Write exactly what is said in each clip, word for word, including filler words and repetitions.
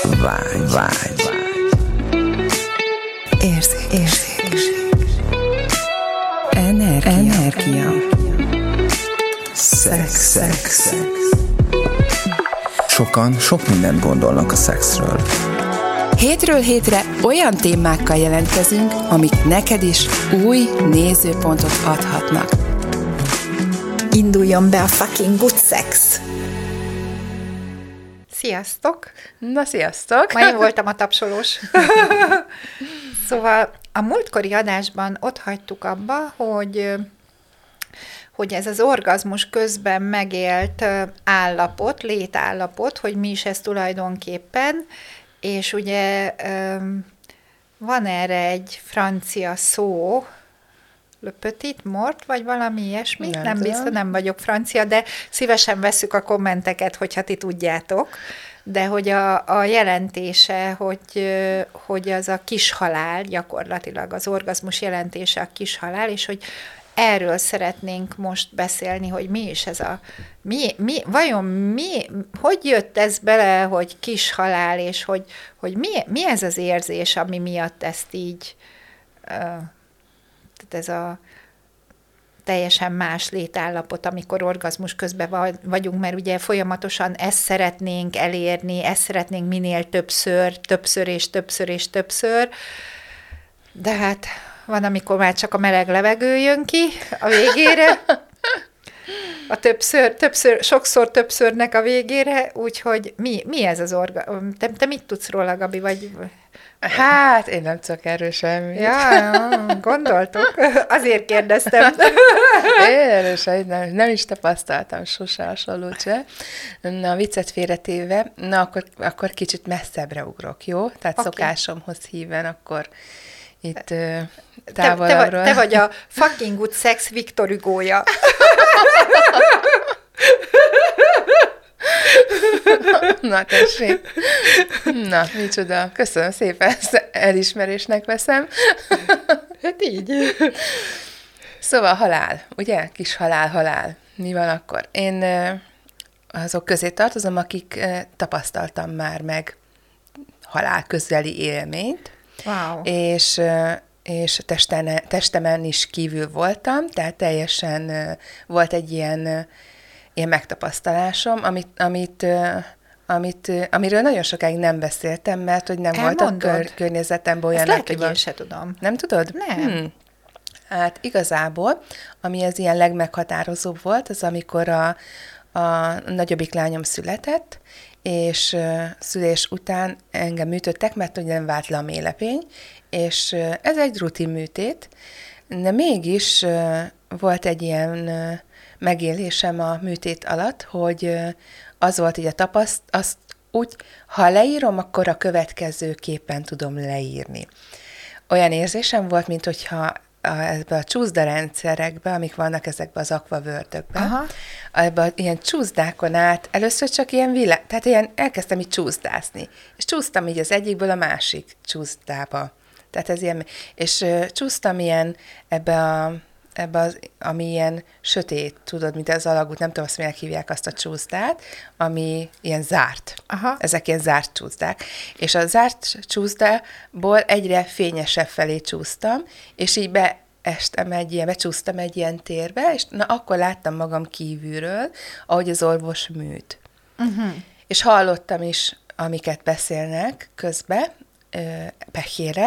Vágy, vágy, vágy. Érzék, érzék. Energia. Energia. Szex, szex, szex. Sokan sok mindent gondolnak a szexről. Hétről hétre olyan témákkal jelentkezünk, amik neked is új nézőpontot adhatnak. Induljon be a fucking good sex! Sziasztok! Na, sziasztok! Ma én voltam a tapsolós. Szóval a múltkori adásban ott hagytuk abba, hogy, hogy ez az orgazmus közben megélt állapot, létállapot, hogy mi is ez tulajdonképpen, és ugye van erre egy francia szó, le petit mort, vagy valami ilyesmi, nem, nem biztos, nem vagyok francia, de szívesen vesszük a kommenteket, hogyha ti tudjátok, de hogy a, a jelentése, hogy, hogy az a kis halál, gyakorlatilag az orgazmus jelentése a kis halál, és hogy erről szeretnénk most beszélni, hogy mi is ez a, mi, mi, vajon mi, hogy jött ez bele, hogy kis halál, és hogy, hogy mi, mi ez az érzés, ami miatt ezt így, uh, tehát ez a teljesen más létállapot, amikor orgazmus közben vagyunk, mert ugye folyamatosan ezt szeretnénk elérni, ezt szeretnénk minél többször, többször és többször és többször, de hát van, amikor már csak a meleg levegő jön ki a végére, a többször, többször, sokszor többszörnek a végére, úgyhogy mi, mi ez az orgazmus? Te, te mit tudsz róla, Gabi, vagy... Hát, én nem tudok erről semmit. Ja, ja, gondoltok. Azért kérdeztem. Én erről semmit nem, nem is tapasztaltam sose hasonlót se. Na, viccet félretéve, na, akkor, akkor kicsit messzebbre ugrok, jó? Tehát okay. Szokásomhoz híven, akkor itt távolabbról. Te, te, te vagy a fucking good sex Victor Hugo-ja. Na, tessék. Na, micsoda. Köszönöm szépen, ezt elismerésnek veszem. Hát így. Szóval halál, ugye? Kis halál, halál. Mi van akkor? Én azok közé tartozom, akik tapasztaltam már meg halál közeli élményt. Wow. És, és testen, testemen is kívül voltam, tehát teljesen volt egy ilyen ilyen megtapasztalásom, amit, amit, amit, amiről nagyon sokáig nem beszéltem, mert hogy nem Elmondod? voltak kör, környezetemben olyan, ezt lehet, aki hogy én se tudom. Nem tudod? Nem. Hmm. Hát igazából, ami az ilyen legmeghatározóbb volt, az amikor a, a nagyobbik lányom született, és uh, szülés után engem műtöttek, mert ugye nem vált le a mélepény, és uh, ez egy rutin műtét, de mégis uh, volt egy ilyen uh, megélésem a műtét alatt, hogy az volt így a tapaszt, azt úgy, ha leírom, akkor a következőképpen tudom leírni. Olyan érzésem volt, mint hogyha ebbe a csúszdarendszerekbe, amik vannak ezekbe az akvavördökben, ebbe ilyen csúszdákon át, először csak ilyen világ, tehát ilyen elkezdtem így csúszdászni, és csúsztam így az egyikből a másik csúszdába. Tehát ez ilyen, és uh, csúsztam ilyen ebbe a ebbe az, ami ilyen sötét, tudod, mint az alagút, nem tudom, azt miért hívják azt a csúszdát, ami ilyen zárt. Aha. Ezek ilyen zárt csúszdák. És a zárt csúszdából egyre fényesebb felé csúsztam, és így beestem egy ilyen, becsúsztam egy ilyen térbe, és na akkor láttam magam kívülről, ahogy az orvos műt. Uh-huh. És hallottam is, amiket beszélnek közbe, pehére.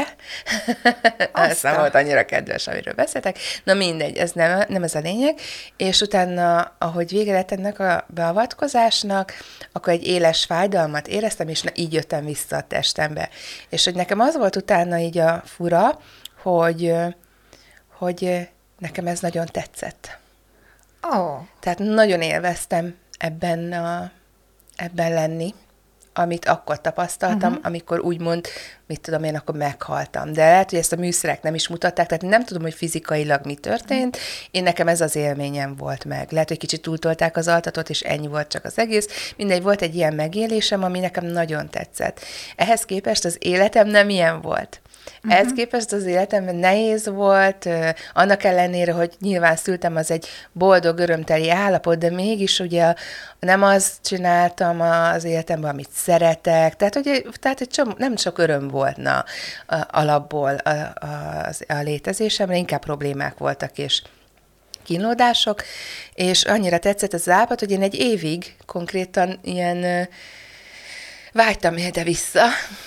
Ez nem volt annyira kedves, amiről beszéltek. Na mindegy, ez nem, nem ez a lényeg. És utána, ahogy vége lett ennek a beavatkozásnak, akkor egy éles fájdalmat éreztem, és na, így jöttem vissza a testembe. És hogy nekem az volt utána így a fura, hogy, hogy nekem ez nagyon tetszett. Oh. Tehát nagyon élveztem ebben, a, ebben lenni, amit akkor tapasztaltam, uh-huh. amikor úgymond, mit tudom én, akkor meghaltam. De lehet, hogy ezt a műszerek nem is mutatták, tehát nem tudom, hogy fizikailag mi történt. Én nekem ez az élményem volt meg. Lehet, hogy kicsit túltolták az altatot, és ennyi volt csak az egész. Mindegy, volt egy ilyen megélésem, ami nekem nagyon tetszett. Ehhez képest az életem nem ilyen volt. Uh-huh. Ehhez képest az életemben nehéz volt, annak ellenére, hogy nyilván szültem, az egy boldog, örömteli állapot, de mégis ugye nem azt csináltam az életemben, amit szeretek, tehát, hogy, tehát egy csomó, nem csak öröm volt na, alapból a, a, a létezésemre, inkább problémák voltak, és kínlódások, és annyira tetszett az állapot, hogy én egy évig konkrétan ilyen vágytam ide vissza,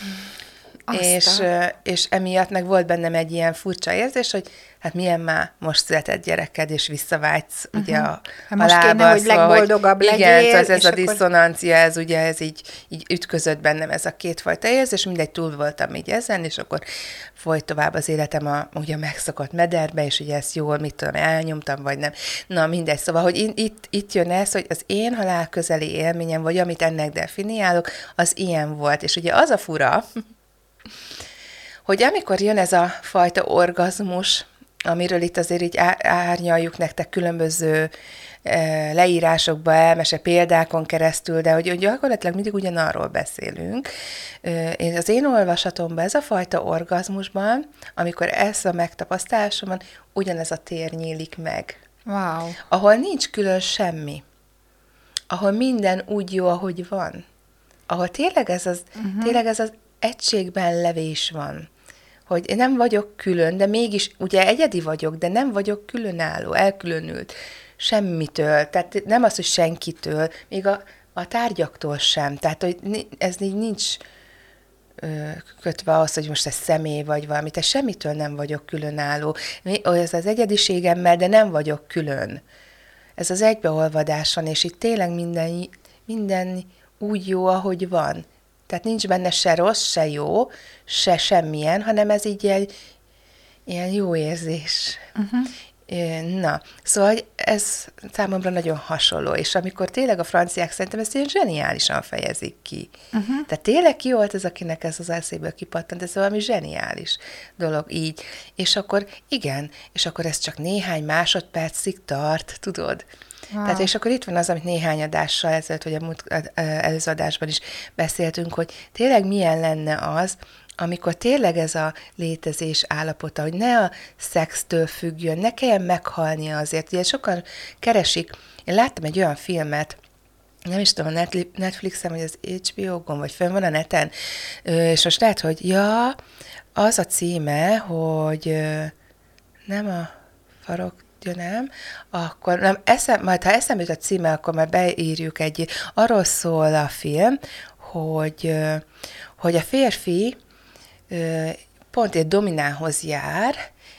és, és emiatt meg volt bennem egy ilyen furcsa érzés, hogy hát milyen már most született gyereked, és visszavágysz uh-huh. ugye a most halába. Kéne, hogy szóval, legboldogabb hogy legyél. Igen, ez, ez a akkor... diszonancia, ez ugye ez így, így ütközött bennem ez a kétfajta érzés, mindegy túl voltam így ezen, és akkor folyt tovább az életem a, ugye a megszokott mederbe, és ugye ezt jól, mit tudom, elnyomtam, vagy nem. Na mindegy, szóval, hogy itt, itt jön ez, hogy az én halálközeli élményem, vagy amit ennek definiálok, az ilyen volt. És ugye az a fura, hogy amikor jön ez a fajta orgazmus, amiről itt azért így árnyaljuk nektek különböző e, leírásokba, elmese példákon keresztül, de hogy, hogy gyakorlatilag mindig ugyanarról beszélünk. E, én az én olvasatomban ez a fajta orgazmusban, amikor ez a megtapasztalásom van, ugyanez a tér nyílik meg. Wow. Ahol nincs külön semmi. Ahol minden úgy jó, ahogy van. Ahol tényleg ez az, uh-huh. tényleg ez az egységben levés van. Hogy én nem vagyok külön, de mégis, ugye egyedi vagyok, de nem vagyok különálló, elkülönült semmitől, tehát nem az, hogy senkitől, még a, a tárgyaktól sem. Tehát, hogy ez így nincs ö, kötve ahhoz, hogy most ez személy vagy valami, tehát semmitől nem vagyok különálló. Ez az egyediségemmel, de nem vagyok külön. Ez az egybeolvadás van, és itt tényleg minden, minden úgy jó, ahogy van. Tehát nincs benne se rossz, se jó, se semmilyen, hanem ez így egy ilyen jó érzés. Uh-huh. Na, szóval ez számomra nagyon hasonló, és amikor tényleg a franciák szerintem ezt ilyen zseniálisan fejezik ki. Uh-huh. Tehát tényleg ki volt ez, akinek ez az eszéből kipattant, ez valami zseniális dolog így. És akkor igen, és akkor ez csak néhány másodpercig tart, tudod? Wow. Tehát, és akkor itt van az, amit néhány adással ezelőtt, vagy a múlt előző adásban is beszéltünk, hogy tényleg milyen lenne az, amikor tényleg ez a létezés állapota, hogy ne a szextől függjön, ne kelljen meghalnia azért. Ugye sokan keresik, én láttam egy olyan filmet, nem is tudom, a Netflixen, vagy az há bé ó-gon, vagy fönn van a neten, és most lehet, hogy ja, az a címe, hogy nem a farok, nem, akkor nem, eszem, majd ha eszembe jut a címe, akkor már beírjuk egy, arról szól a film, hogy, hogy a férfi pont egy dominához jár,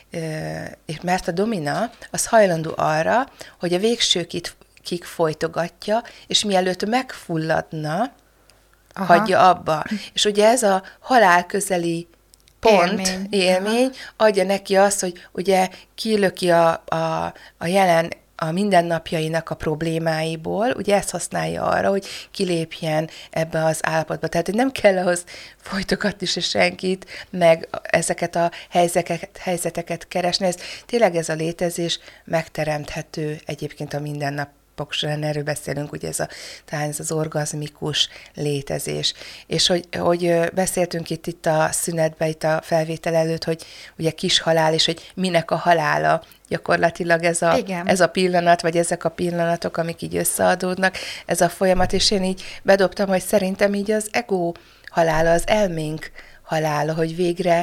mert a domina az hajlandó arra, hogy a végsőkig folytogatja, és mielőtt megfulladna, aha. hagyja abba. És ugye ez a halálközeli pont, élmény, élmény adja neki azt, hogy ugye kilöki a, a, a jelen, a mindennapjainak a problémáiból, ugye ezt használja arra, hogy kilépjen ebbe az állapotba. Tehát, hogy nem kell ahhoz folytogatni se senkit, meg ezeket a helyzeteket, helyzeteket keresni. Ez, tényleg ez a létezés megteremthető egyébként a mindennap során, erről beszélünk, ugye ez a, talán ez az orgazmikus létezés. És hogy, hogy beszéltünk itt, itt a szünetben, itt a felvétel előtt, hogy ugye kis halál, és hogy minek a halála, gyakorlatilag ez a, ez a pillanat, vagy ezek a pillanatok, amik így összeadódnak, ez a folyamat, és én így bedobtam, hogy szerintem így az ego halála, az elménk halála, hogy végre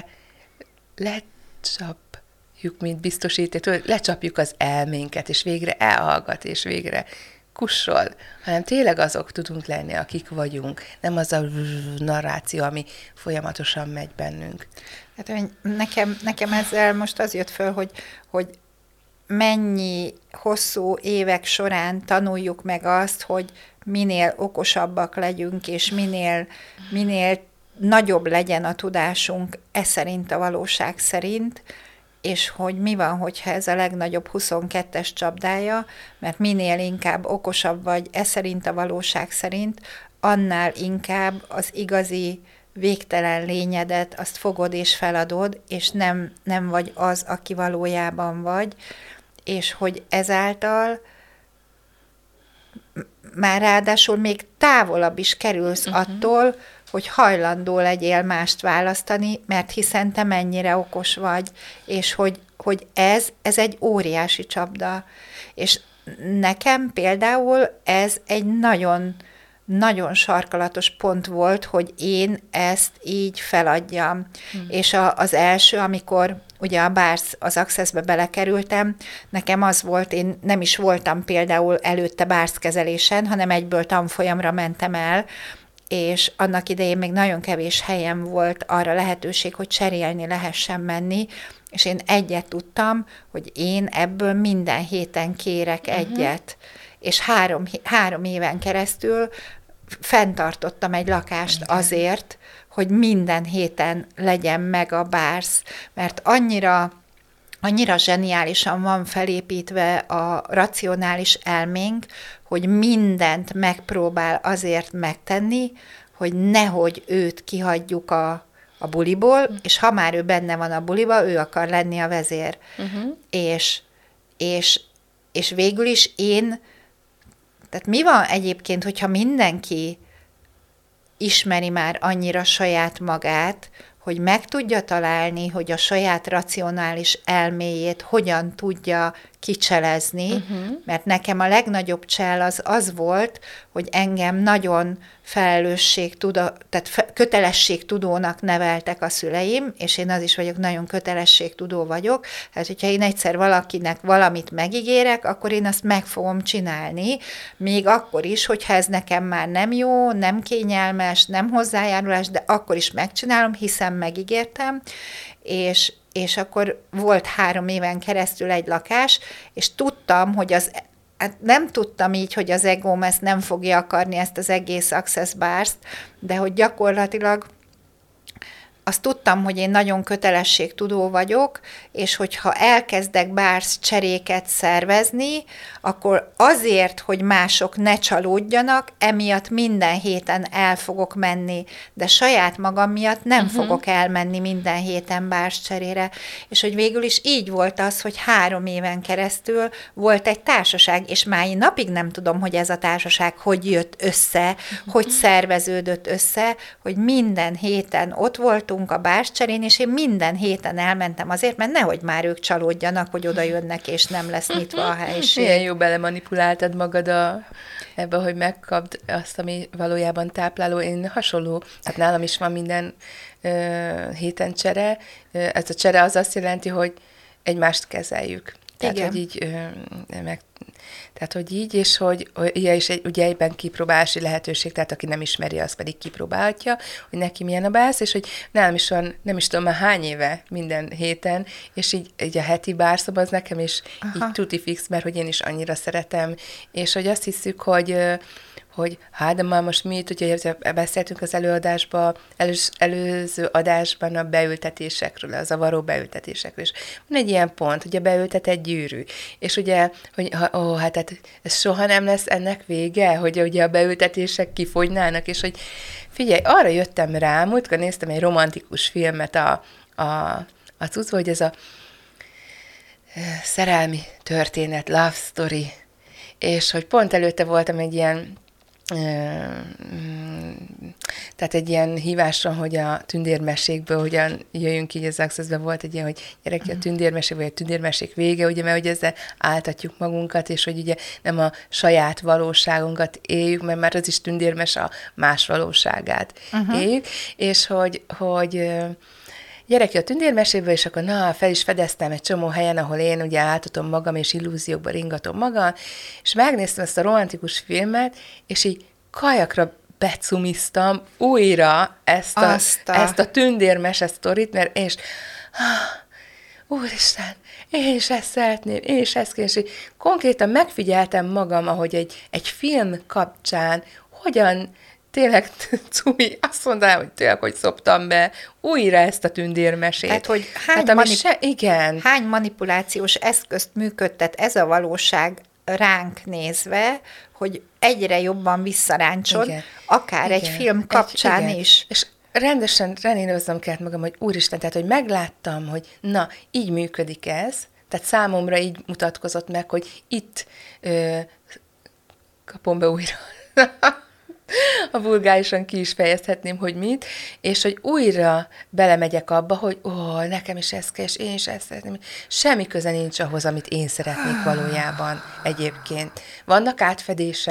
lecsap mint biztosító, hogy lecsapjuk az elménket, és végre elhallgat, és végre kussol, hanem tényleg azok tudunk lenni, akik vagyunk. Nem az a narráció, ami folyamatosan megy bennünk. Hát nekem, nekem ezzel most az jött föl, hogy, hogy mennyi hosszú évek során tanuljuk meg azt, hogy minél okosabbak legyünk, és minél, minél nagyobb legyen a tudásunk e szerint, a valóság szerint, és hogy mi van, hogyha ez a legnagyobb huszonkettes csapdája, mert minél inkább okosabb vagy e szerint a valóság szerint, annál inkább az igazi végtelen lényedet azt fogod és feladod, és nem, nem vagy az, aki valójában vagy, és hogy ezáltal már ráadásul még távolabb is kerülsz uh-huh. attól, hogy hajlandó legyél mást választani, mert hiszen te mennyire okos vagy, és hogy, hogy ez, ez egy óriási csapda. És nekem például ez egy nagyon nagyon sarkalatos pont volt, hogy én ezt így feladjam. Hmm. És a, az első, amikor ugye a Bars, az Accessbe belekerültem, nekem az volt, én nem is voltam például előtte Bars kezelésen, hanem egyből tanfolyamra mentem el, és annak idején még nagyon kevés helyem volt arra lehetőség, hogy cserélni lehessen menni, és én egyet tudtam, hogy én ebből minden héten kérek uh-huh. egyet, és három, három éven keresztül fenntartottam egy lakást okay. azért, hogy minden héten legyen meg a Bars, mert annyira, annyira zseniálisan van felépítve a racionális elménk, hogy mindent megpróbál azért megtenni, hogy nehogy őt kihagyjuk a, a buliból, uh-huh. és ha már ő benne van a buliba, ő akar lenni a vezér. Uh-huh. És, és, és végül is én, tehát mi van egyébként, hogyha mindenki ismeri már annyira saját magát, hogy meg tudja találni, hogy a saját racionális elméjét hogyan tudja kicselezni, uh-huh. mert nekem a legnagyobb csel az az volt, hogy engem nagyon felelősségtudó, tehát fe, kötelességtudónak neveltek a szüleim, és én az is vagyok, nagyon kötelességtudó vagyok, hát hogyha én egyszer valakinek valamit megígérek, akkor én azt meg fogom csinálni, még akkor is, hogyha ez nekem már nem jó, nem kényelmes, nem hozzájárulás, de akkor is megcsinálom, hiszen megígértem, és és akkor volt három éven keresztül egy lakás, és tudtam, hogy az, hát nem tudtam így, hogy az egóm ezt nem fogja akarni, ezt az egész Access Bars-t, de hogy gyakorlatilag azt tudtam, hogy én nagyon kötelességtudó vagyok, és hogyha elkezdek Bars cseréket szervezni, akkor azért, hogy mások ne csalódjanak, emiatt minden héten el fogok menni, de saját magam miatt nem uh-huh. fogok elmenni minden héten Bars cserére. És hogy végül is így volt az, hogy három éven keresztül volt egy társaság, és máj napig nem tudom, hogy ez a társaság hogy jött össze, uh-huh. hogy szerveződött össze, hogy minden héten ott voltunk a Bars cserén, és én minden héten elmentem azért, mert nehogy már ők csalódjanak, hogy oda jönnek, és nem lesz nyitva a helység. Milyen jó belemanipuláltad magad a, ebbe, hogy megkapd azt, ami valójában tápláló. Én hasonló, hát nálam is van minden ö, héten csere. Ez a csere az azt jelenti, hogy egymást kezeljük. Tehát, igen. hogy így ö, meg, tehát, hogy így, és hogy ugye, és egy, ugye egyben kipróbálási lehetőség, tehát aki nem ismeri, az pedig kipróbálhatja, hogy neki milyen a Bars, és hogy nálam is van, nem is tudom már hány éve minden héten, és így, így a heti bárszoba az nekem is Aha. így tuti fix, mert hogy én is annyira szeretem, és hogy azt hiszük, hogy hogy hát, de már most mi itt, ugye beszéltünk az előadásban, előz, előző adásban a beültetésekről, a zavaró beültetésekről, és van egy ilyen pont, hogy a beültetett gyűrű, és ugye, hogy ó, hát, hát ez soha nem lesz ennek vége, hogy ugye a beültetések kifogynának, és hogy figyelj, arra jöttem rá, múltkor néztem egy romantikus filmet a, a, a cuccba, hogy ez a szerelmi történet, love story, és hogy pont előtte voltam egy ilyen tehát egy ilyen hívásra, hogy a tündérmesékből hogyan jöjjünk így az Accessbe, volt egy ilyen, hogy gyerek, a tündérmesék, vagy a tündérmesék vége, ugye, mert hogy ezzel áltatjuk magunkat, és hogy ugye nem a saját valóságunkat éljük, mert már az is tündérmes a más valóságát uh-huh. éljük, és hogy, hogy gyerek ki a tündérmeséből, és akkor na, fel is fedeztem egy csomó helyen, ahol én ugye áltatom magam, és illúziókba ringatom magam, és megnéztem ezt a romantikus filmet, és így kajakra becumiztam újra ezt a, a... ezt a tündérmese sztorit, mert én is, ah, úristen, én is ezt szeretném, én is ezt kérem, és konkrétan megfigyeltem magam, ahogy egy, egy film kapcsán hogyan tényleg, Cumi, azt mondanám, hogy tényleg, hogy szoptam be újra ezt a tündérmesét. Tehát, hogy hány, hát, manip- se, igen. hány manipulációs eszközt működtet ez a valóság ránk nézve, hogy egyre jobban visszaráncsod, igen. akár igen. egy film kapcsán egy, is. És rendesen renélőzzem kellett magam, hogy úristen, tehát, hogy megláttam, hogy na, így működik ez, tehát számomra így mutatkozott meg, hogy itt ö, kapom be újra a vulgárisan ki is fejezhetném, hogy mit, és hogy újra belemegyek abba, hogy ó, nekem is ez kell, és én is ezt szeretném. Semmi köze nincs ahhoz, amit én szeretnék valójában egyébként. Vannak átfedések,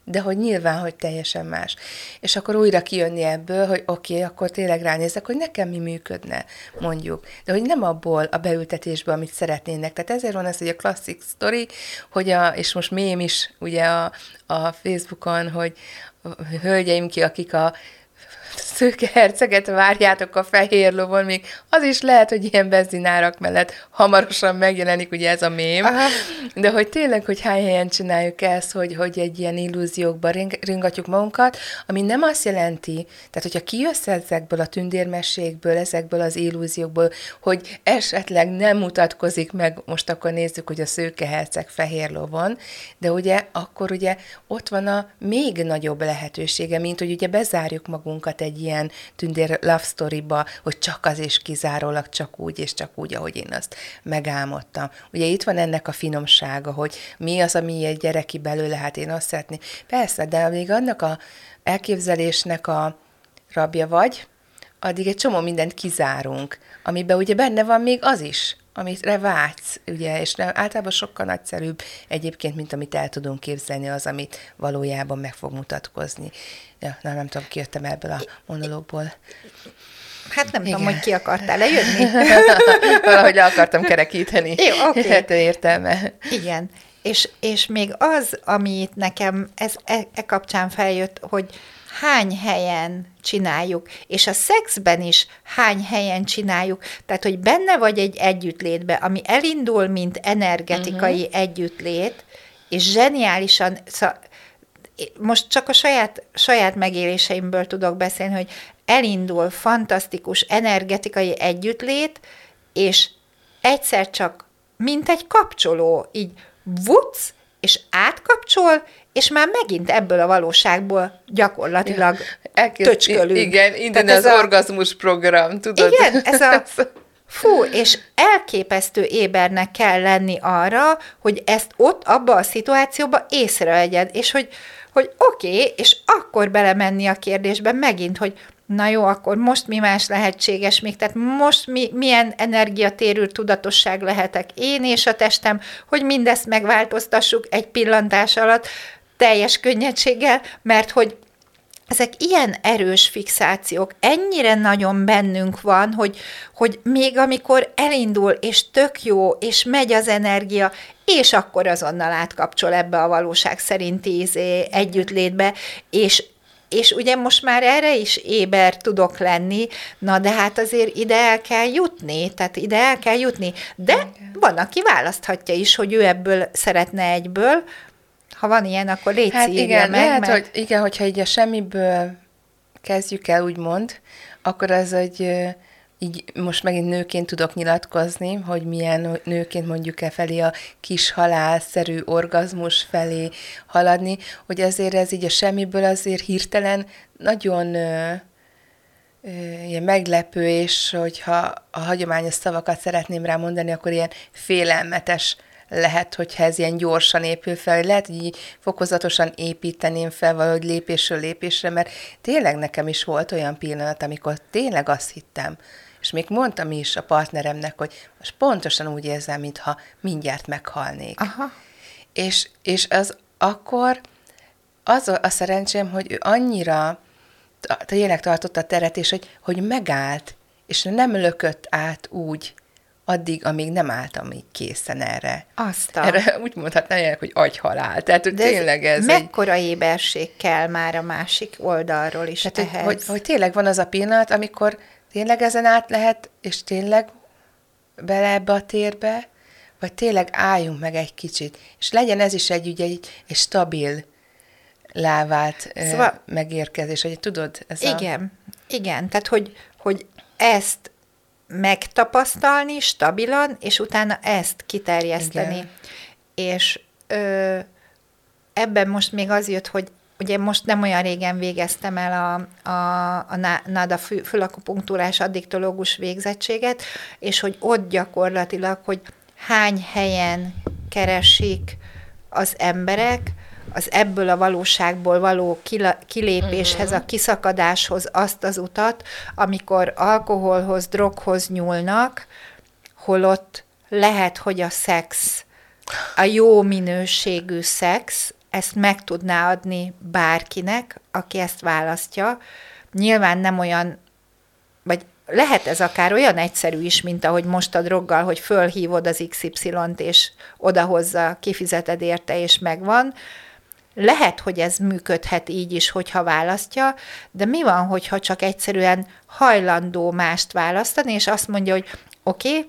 de hogy nyilván, hogy teljesen más. És akkor újra kijönni ebből, hogy oké, okay, akkor tényleg ránézek, hogy nekem mi működne, mondjuk. De hogy nem abból a beültetésből, amit szeretnének. Tehát ezért van ez, hogy a klasszik sztori, hogy a, és most mém is ugye a, a Facebookon, hogy hölgyeim ki, akik a szőke herceget várjátok a fehér lovon, még az is lehet, hogy ilyen benzinárak mellett hamarosan megjelenik ugye ez a mém, aha. De hogy tényleg, hogy hány helyen csináljuk ezt, hogy, hogy egy ilyen illúziókba ring, ringatjuk magunkat, ami nem azt jelenti, tehát hogyha kijössz ezekből a tündérmességből, ezekből az illúziókból, hogy esetleg nem mutatkozik meg, most akkor nézzük, hogy a szőke herceg fehér lovon, de ugye akkor ugye ott van a még nagyobb lehetősége, mint hogy ugye bezárjuk magunkat egy ilyen tündér love storyba, hogy csak az és kizárólag csak úgy, és csak úgy, ahogy én azt megálmodtam. Ugye itt van ennek a finomsága, hogy mi az, ami egy gyereki belőle, hát én azt szeretném. Persze, de még annak a elképzelésnek a rabja vagy, addig egy csomó mindent kizárunk, amiben ugye benne van még az is, amire vágysz, ugye, és általában sokkal nagyszerűbb egyébként, mint amit el tudunk képzelni, az, amit valójában meg fog mutatkozni. Ja, nem, nem tudom, kijöttem ebből a monológból. Hát nem igen. tudom, hogy ki akartál lejönni. Valahogy le akartam kerekíteni. Jó, oké. Hát értelme. Igen. És, és még az, amit nekem ez e, e kapcsán feljött, hogy hány helyen csináljuk, és a szexben is hány helyen csináljuk, tehát, hogy benne vagy egy együttlétbe, ami elindul, mint energetikai uh-huh. együttlét, és zseniálisan, szá, most csak a saját, saját megéléseimből tudok beszélni, hogy elindul fantasztikus energetikai együttlét, és egyszer csak, mint egy kapcsoló, így vuc, és átkapcsol, és már megint ebből a valóságból gyakorlatilag Elkezd, töcskölünk. Igen, innen az a, orgazmus program, tudod? Igen, ez a... Fú, és elképesztő ébernek kell lenni arra, hogy ezt ott, abba a szituációba észrevegyed, és hogy, hogy oké, okay, és akkor belemenni a kérdésbe megint, hogy na jó, akkor most mi más lehetséges még, tehát most mi, milyen energiatérű tudatosság lehetek én és a testem, hogy mindezt megváltoztassuk egy pillantás alatt teljes könnyedséggel, mert hogy ezek ilyen erős fixációk, ennyire nagyon bennünk van, hogy, hogy még amikor elindul, és tök jó, és megy az energia, és akkor azonnal átkapcsol ebbe a valóság szerinti izé, együttlétbe, és És ugye most már erre is éber tudok lenni, na de hát azért ide el kell jutni, tehát ide el kell jutni. De igen. Van, aki választhatja is, hogy ő ebből szeretne egyből. Ha van ilyen, akkor légy hát írja igen, meg. Lehet, mert... hogy igen, hogyha így a semmiből kezdjük el, úgymond, akkor az egy... így most megint nőként tudok nyilatkozni, hogy milyen nőként mondjuk e felé a kis halálszerű orgazmus felé haladni, hogy azért ez így a semmiből azért hirtelen nagyon ö, ö, ilyen meglepő, és hogyha a hagyományos szavakat szeretném rá mondani, akkor ilyen félelmetes lehet, hogyha ez ilyen gyorsan épül fel, hogy lehet, hogy így fokozatosan építeném fel valahogy lépésről lépésre, mert tényleg nekem is volt olyan pillanat, amikor tényleg azt hittem, és még mondtam is a partneremnek, hogy most pontosan úgy érzem, mintha mindjárt meghalnék. Aha. És, és az akkor az a, a szerencsém, hogy ő annyira tényleg tartotta a teret, és hogy, hogy megállt, és nem lökött át úgy, addig, amíg nem álltam így készen erre. Aztán. Erre úgy mondhatnám, hogy agyhalál. Tehát, hogy de tényleg ez mekkora egy... éberség kell már a másik oldalról is Tehát, ehhez. hogy, hogy tényleg van az a pillanat, amikor tényleg ezen át lehet, és tényleg bele ebbe a térbe, vagy tényleg álljunk meg egy kicsit, és legyen ez is egy, ugye, egy, egy stabil lávált szóval, megérkezés, hogy tudod? Ez igen, a... igen, tehát hogy, hogy ezt megtapasztalni stabilan, és utána ezt kiterjeszteni. Igen. És ö, ebben most még az jött, hogy ugye most nem olyan régen végeztem el a, a, a náda fülakupunktúrás addiktológus végzettséget, és hogy ott gyakorlatilag, hogy hány helyen keresik az emberek az ebből a valóságból való kilépéshez, uh-huh. a kiszakadáshoz azt az utat, amikor alkoholhoz, droghoz nyúlnak, holott lehet, hogy a szex, a jó minőségű szex, ezt meg tudná adni bárkinek, aki ezt választja. Nyilván nem olyan, vagy lehet ez akár olyan egyszerű is, mint ahogy most a droggal, hogy fölhívod az iksz ipszilont, és odahozza, kifizeted érte, és megvan. Lehet, hogy ez működhet így is, hogyha választja, de mi van, hogyha csak egyszerűen hajlandó mást választani, és azt mondja, hogy oké, okay,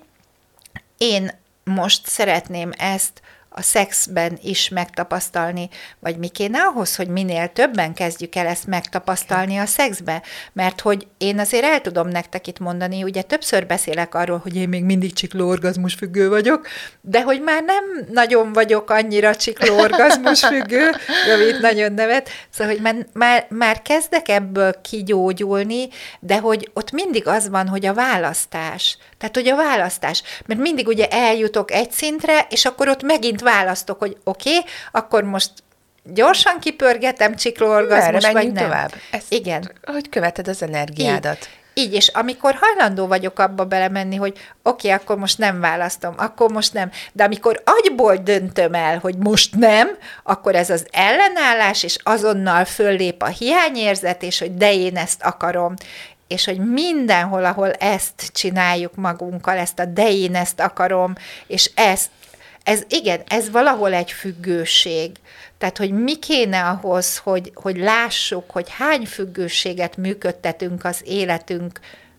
én most szeretném ezt a szexben is megtapasztalni, vagy mi kéne ahhoz, hogy minél többen kezdjük el ezt megtapasztalni a szexbe? Mert hogy én azért el tudom nektek itt mondani, ugye többször beszélek arról, hogy én még mindig csiklóorgazmus függő vagyok, de hogy már nem nagyon vagyok annyira csiklóorgazmus függő, Gabi nagyon nevet, szóval, hogy már, már, már kezdek ebből kigyógyulni, de hogy ott mindig az van, hogy a választás, tehát hogy a választás, mert mindig ugye eljutok egy szintre, és akkor ott megint választok, hogy oké, okay, akkor most gyorsan kipörgetem csiklóorgazmus, vagy nem. Tovább. Ezt, igen. Hogy követed az energiádat. Így, így, és amikor hajlandó vagyok abba belemenni, hogy oké, okay, akkor most nem választom, akkor most nem, de amikor agyból döntöm el, hogy most nem, akkor ez az ellenállás, és azonnal föllép a hiányérzet, és hogy de én ezt akarom, és hogy mindenhol, ahol ezt csináljuk magunkkal, ezt a de én ezt akarom, és ezt, ez igen, ez valahol egy függőség. Tehát, hogy mi kéne ahhoz, hogy, hogy lássuk, hogy hány függőséget működtetünk az életünk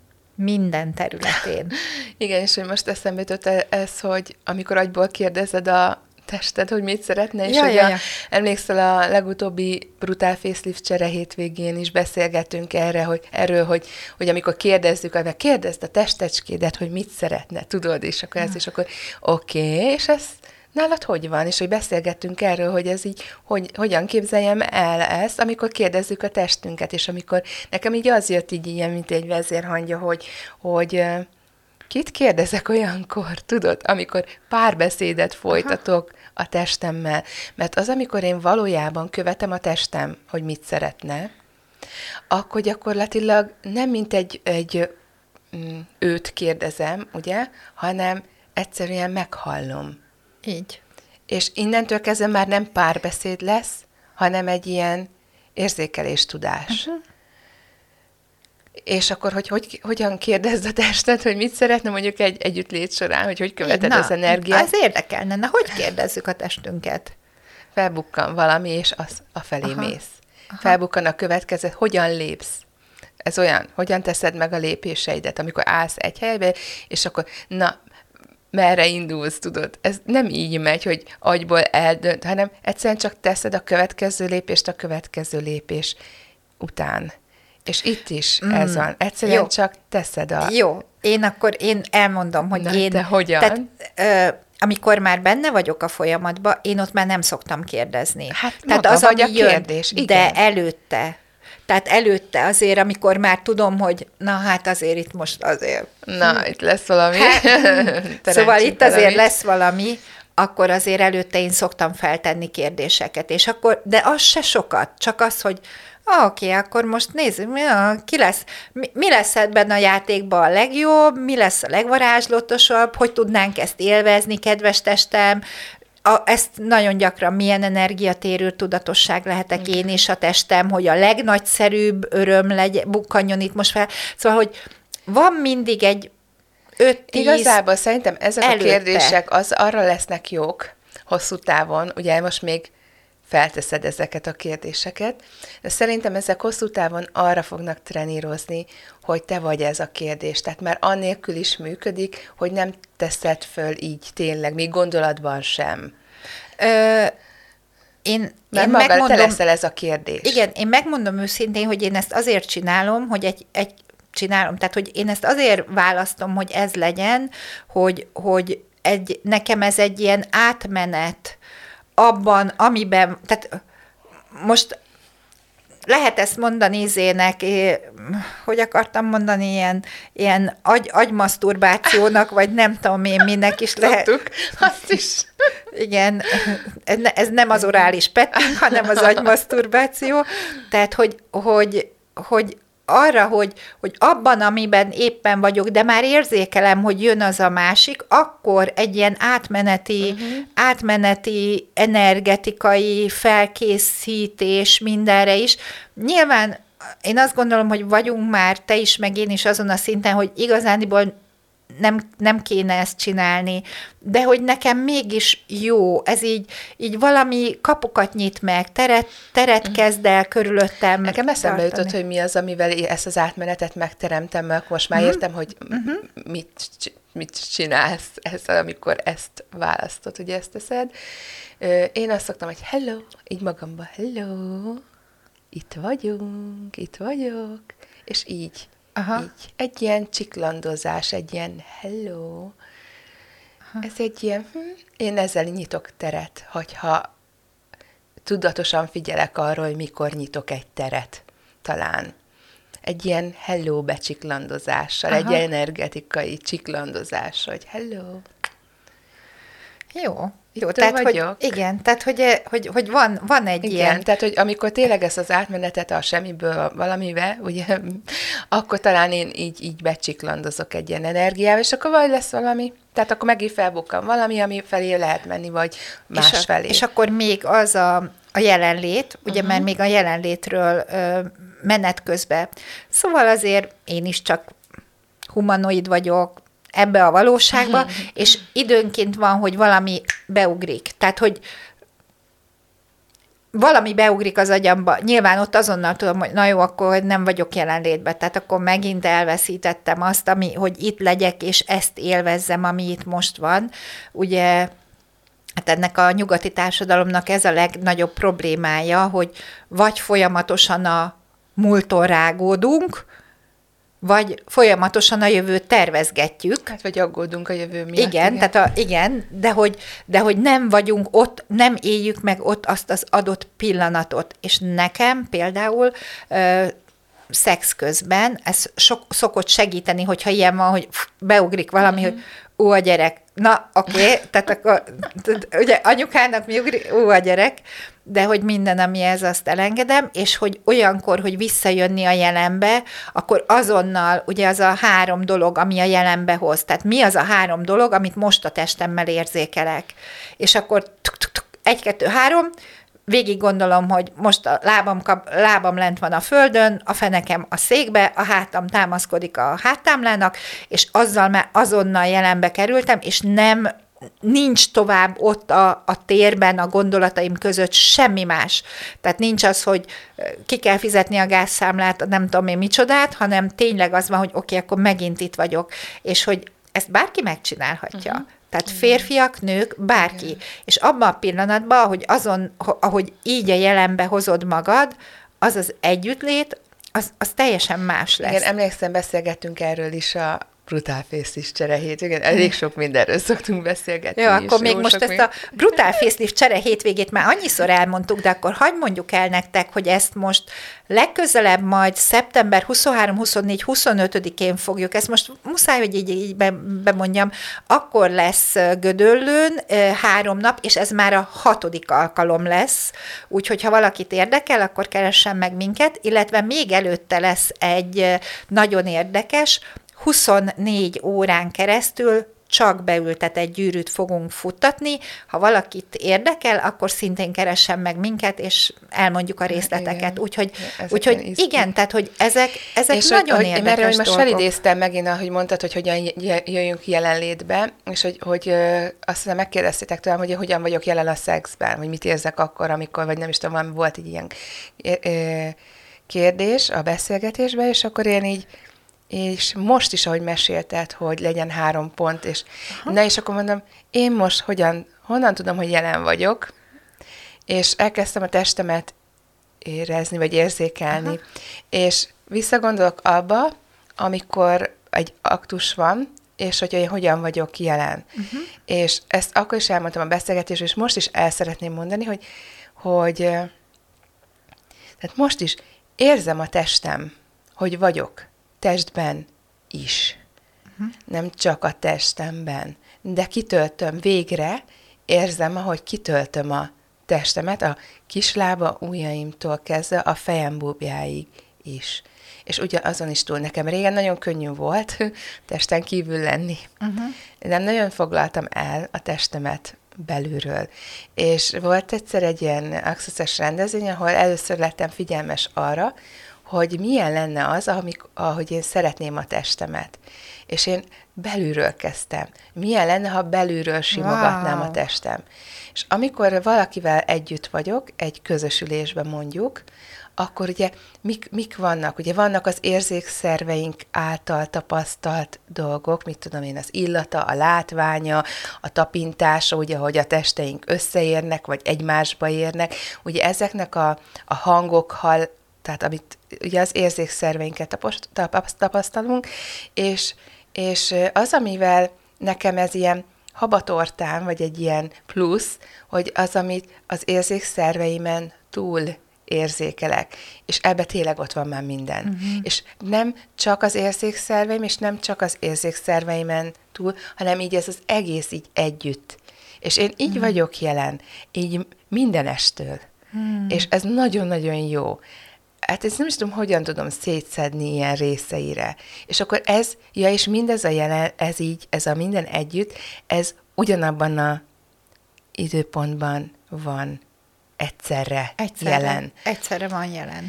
minden területén. Igen, és hogy most eszembe jutott ez, hogy amikor agyból kérdezed a tested, hogy mit szeretne, és ja, hogy ja, a, ja. emlékszel a legutóbbi brutál facelift csere hétvégén is beszélgettünk erre, hogy, erről, hogy, hogy amikor kérdezzük, hogy kérdezd a testecskédet, hogy mit szeretne, tudod, és akkor ez, és akkor oké, okay, és ez nálad hogy van? És hogy beszélgettünk erről, hogy ez így, hogy, hogyan képzeljem el ezt, amikor kérdezzük a testünket, és amikor nekem így az jött így ilyen, mint egy vezérhangja, hogy, hogy kit kérdezek olyankor, tudod, amikor párbeszédet folytatok Aha. a testemmel, mert az, amikor én valójában követem a testem, hogy mit szeretne, akkor gyakorlatilag nem mint egy, egy mm, őt kérdezem, ugye, hanem egyszerűen meghallom. Így. És innentől kezdve már nem párbeszéd lesz, hanem egy ilyen érzékeléstudás. Uh-huh. És akkor, hogy, hogy hogyan kérdezd a tested, hogy mit szeretne mondjuk egy együttlét során, hogy hogy követed na, az energiát. Ez érdekelne. Na, hogy kérdezzük a testünket? Felbukkan valami, és az a felé Aha. mész. Aha. Felbukkan a következő, hogyan lépsz. Ez olyan, hogyan teszed meg a lépéseidet, amikor állsz egy helybe, és akkor, na, merre indulsz, tudod? Ez nem így megy, hogy agyból eldönt, hanem egyszerűen csak teszed a következő lépést a következő lépés után. És itt is mm. ez van. Egyszerűen Jó. csak teszed a... Jó, én akkor én elmondom, hogy Na, én... de hogyan? Tehát, ö, amikor már benne vagyok a folyamatban, én ott már nem szoktam kérdezni. Hát tehát maga az, vagy ami a kérdés. Jön, igen. De előtte... Tehát előtte azért, amikor már tudom, hogy na hát azért itt most azért... Na, hm. itt lesz valami. Hát, szóval itt azért valami. lesz valami, akkor azért előtte én szoktam feltenni kérdéseket, és akkor, de az se sokat, csak az, hogy ah, oké, okay, akkor most nézzük, mi, ki lesz, mi, mi lesz ebben a játékban a legjobb, mi lesz a legvarázslatosabb, hogy tudnánk ezt élvezni, kedves testem, A, ezt nagyon gyakran milyen energiatérő tudatosság lehetek én és a testem, hogy a legnagyszerűbb öröm legy, bukkanjon itt most fel. Szóval, hogy van mindig egy öt-tíz Igazából szerintem ezek előtte. a kérdések az arra lesznek jók hosszú távon, ugye most még felteszed ezeket a kérdéseket, de szerintem ezek hosszú távon arra fognak trenírozni, hogy te vagy ez a kérdés. Tehát már annélkül is működik, hogy nem teszed föl így tényleg, még gondolatban sem. Ö, én, Mert én maga, megmondom, te leszel ez a kérdés. Igen, én megmondom őszintén, hogy én ezt azért csinálom, hogy egy, egy csinálom, tehát hogy én ezt azért választom, hogy ez legyen, hogy, hogy egy, nekem ez egy ilyen átmenet abban, amiben, tehát most lehet ezt mondani izének, hogy akartam mondani, ilyen, ilyen agy, agymaszturbációnak, vagy nem tudom én minek is lehet. Szoktuk, azt is. Igen, ez nem az orális petting, hanem az agymaszturbáció. Tehát, hogy, hogy, hogy arra, hogy, hogy abban, amiben éppen vagyok, de már érzékelem, hogy jön az a másik, akkor egy ilyen átmeneti, uh-huh. átmeneti energetikai felkészítés mindenre is. Nyilván én azt gondolom, hogy vagyunk már te is, meg én is azon a szinten, hogy igazániból nem, nem kéne ezt csinálni, de hogy nekem mégis jó, ez így, így valami kapukat nyit meg, teret, teret kezd el körülöttem. Nekem eszembe jutott, hogy mi az, amivel ezt az átmenetet megteremtem, mert most már értem, hogy uh-huh. mit, mit csinálsz ezzel, amikor ezt választod, hogy ezt teszed. Én azt szoktam, hogy hello, így magamba, hello, itt vagyunk, itt vagyok, és így. Aha. Így. Egy ilyen csiklandozás, egy ilyen hello. Aha. Ez egy ilyen, hm, én ezzel nyitok teret, hogyha tudatosan figyelek arról, hogy mikor nyitok egy teret, talán. Egy ilyen hello becsiklandozással, aha. egy ilyen energetikai csiklandozással, hogy hello. Jó. Jó, tehát, hogy, igen, tehát, hogy, hogy, hogy van, van egy igen, ilyen... tehát, hogy amikor tényleg ezt az átmenetet a semmiből valamibe, ugye, akkor talán én így, így becsiklandozok egy ilyen energiával, és akkor vagy lesz valami, tehát akkor megint felbukkan valami, ami felé lehet menni, vagy más és a, felé. És akkor még az a, a jelenlét, ugye, uh-huh. mert még a jelenlétről ö, menet közben. Szóval azért én is csak humanoid vagyok, ebbe a valóságba, uh-huh. és időnként van, hogy valami beugrik. Tehát, hogy valami beugrik az agyamba. Nyilván ott azonnal tudom, hogy na jó, akkor nem vagyok jelenlétben. Tehát akkor megint elveszítettem azt, ami, hogy itt legyek, és ezt élvezzem, ami itt most van. Ugye, hát ennek a nyugati társadalomnak ez a legnagyobb problémája, hogy vagy folyamatosan a múlton rágódunk, vagy folyamatosan a jövőt tervezgetjük. Hát, vagy aggódunk a jövő miatt. Igen, igen. Tehát a, igen, de hogy, de hogy nem vagyunk ott, nem éljük meg ott azt az adott pillanatot. És nekem például ö, szex közben ez sok, szokott segíteni, hogyha ilyen van, hogy beugrik valami, mm-hmm. hogy ú, a gyerek. Na, oké, okay, tehát akkor ugye anyukának mi ugrik, ú, a gyerek, de hogy minden, ami ez, azt elengedem, és hogy olyankor, hogy visszajönni a jelenbe, akkor azonnal ugye az a három dolog, ami a jelenbe hoz. Tehát mi az a három dolog, amit most a testemmel érzékelek. És akkor tuk, tuk, tuk, egy, kettő, három, végig gondolom, hogy most a lábam, kap, lábam lent van a földön, a fenekem a székbe, a hátam támaszkodik a háttámlának, és azzal már azonnal jelenbe kerültem, és nem nincs tovább ott a, a térben, a gondolataim között semmi más. Tehát nincs az, hogy ki kell fizetni a gázszámlát, nem tudom én micsodát, hanem tényleg az van, hogy oké, okay, akkor megint itt vagyok. És hogy ezt bárki megcsinálhatja. Uh-huh. Tehát férfiak, nők, bárki. Igen. És abban a pillanatban, ahogy, azon, ahogy így a jelenbe hozod magad, az az együttlét, az, az teljesen más lesz. Igen, emlékszem, beszélgettünk erről is a brutál facelift csere hétvégén. Elég sok mindenről szoktunk beszélgetni. Jó, akkor még most ezt még... a brutál facelift csere hétvégét már annyiszor elmondtuk, de akkor hagyd mondjuk el nektek, hogy ezt most legközelebb majd szeptember huszonharmadika, huszonnégyedike, huszonötödikén fogjuk. Ezt most muszáj, hogy így, így bemondjam. Akkor lesz Gödöllőn három nap, és ez már a hatodik alkalom lesz. Úgyhogy ha valakit érdekel, akkor keressen meg minket, illetve még előtte lesz egy nagyon érdekes, huszonnégy órán keresztül csak beültetett gyűrűt fogunk futtatni. Ha valakit érdekel, akkor szintén keressen meg minket, és elmondjuk a részleteket. Úgyhogy, úgyhogy igen, tehát hogy ezek, ezek és nagyon hogy, érdekes dolgok. Mert most felidéztem megint, ahogy mondtad, hogy hogyan jöjjünk jelenlétbe, és hogy, hogy azt hiszem megkérdeztétek tőlem, hogy hogyan vagyok jelen a szexben, hogy mit érzek akkor, amikor, vagy nem is tudom, volt egy ilyen kérdés a beszélgetésben, és akkor én így és most is, ahogy mesélted, hogy legyen három pont, és aha. na, és akkor mondom, én most hogyan, honnan tudom, hogy jelen vagyok, és elkezdtem a testemet érezni, vagy érzékelni, aha. és visszagondolok abba, amikor egy aktus van, és hogy én hogyan vagyok jelen. Uh-huh. És ezt akkor is elmondtam a beszélgetésről, és most is el szeretném mondani, hogy, hogy tehát most is érzem a testem, hogy vagyok testben is. Uh-huh. Nem csak a testemben. De kitöltöm végre, érzem, ahogy kitöltöm a testemet, a kislába ujjaimtól kezdve a fejem búbjáig is. és ugye azon is túl. Nekem régen nagyon könnyű volt testen kívül lenni. Uh-huh. Nem nagyon foglaltam el a testemet belülről. És volt egyszer egy ilyen Access-es rendezvény, ahol először lettem figyelmes arra, hogy milyen lenne az, amik, ahogy én szeretném a testemet. És én belülről kezdtem. Milyen lenne, ha belülről simogatnám wow. a testem. És amikor valakivel együtt vagyok, egy közösülésben mondjuk, akkor ugye mik, mik vannak? Ugye vannak az érzékszerveink által tapasztalt dolgok, mit tudom én, az illata, a látványa, a tapintása, ugye, hogy a testeink összeérnek, vagy egymásba érnek. Ugye ezeknek a, a hangok, hall, tehát amit ugye az érzékszerveinket tapasztalunk, és, és az, amivel nekem ez ilyen habatortán, vagy egy ilyen plusz, hogy az, amit az érzékszerveimen túl érzékelek, és ebbe tényleg ott van már minden. Uh-huh. És nem csak az érzékszerveim, és nem csak az érzékszerveimen túl, hanem így ez az egész így együtt. És én így uh-huh. vagyok jelen, így mindenestől. Uh-huh. És ez nagyon-nagyon jó. Hát ezt nem is tudom, hogyan tudom szétszedni ilyen részeire. És akkor ez, ja, és mindez a jelen, ez így, ez a minden együtt, ez ugyanabban a időpontban van egyszerre, egyszerre jelen. Egyszerre van jelen.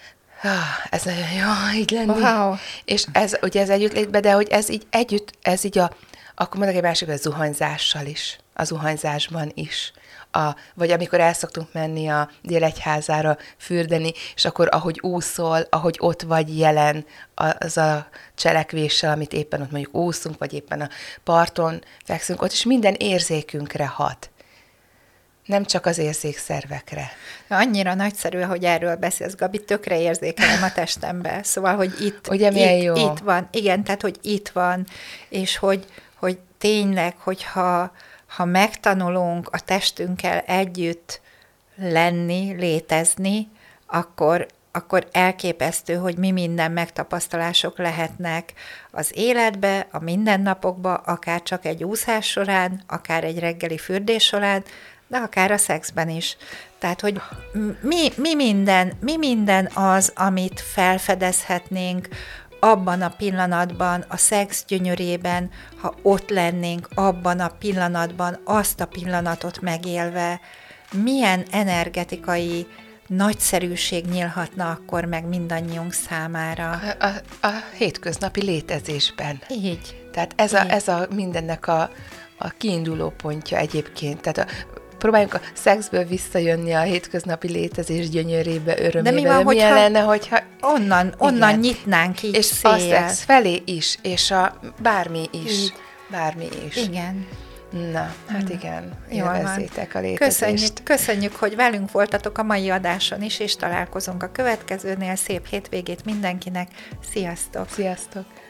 Ez nagyon jó, így lenni. Wow. És ez ugye ez együttlétben, de hogy ez így együtt, ez így a, akkor mondok egy másik, a zuhanyzással is, a zuhanyzásban is. A, vagy amikor el szoktunk menni a Délegyházára fürdeni, és akkor ahogy úszol, ahogy ott vagy jelen az a cselekvéssel, amit éppen ott mondjuk úszunk, vagy éppen a parton fekszünk, ott is minden érzékünkre hat. Nem csak az érzékszervekre. Annyira nagyszerű, hogy erről beszélsz, Gabi, tökre érzékelem a testembe. Szóval, hogy itt, ugye, itt, jó? itt van. Igen, tehát, hogy itt van, és hogy, hogy tényleg, hogyha ha megtanulunk a testünkkel együtt lenni, létezni, akkor, akkor elképesztő, hogy mi minden megtapasztalások lehetnek az életbe, a mindennapokba, akár csak egy úszás során, akár egy reggeli fürdés során, de akár a szexben is. Tehát, hogy mi, mi, minden, mi minden az, amit felfedezhetnénk abban a pillanatban, a szex gyönyörében, ha ott lennénk abban a pillanatban, azt a pillanatot megélve, milyen energetikai nagyszerűség nyílhatna akkor meg mindannyiunk számára. A, a, a hétköznapi létezésben. Így. Tehát ez, Így. A, ez a mindennek a, a kiinduló pontja egyébként. Tehát a, próbáljunk a szexből visszajönni a hétköznapi létezés gyönyörébe, örömébe. De mi van, milyen hogyha lenne, hogyha... Onnan, onnan igen. nyitnánk így és széjjel. És a szex felé is, és a bármi is. Így. Bármi is. Igen. Na, hát igen, élvezzétek a létezést. Köszönjük, köszönjük, hogy velünk voltatok a mai adáson is, és találkozunk a következőnél. Szép hétvégét mindenkinek. Sziasztok! Sziasztok!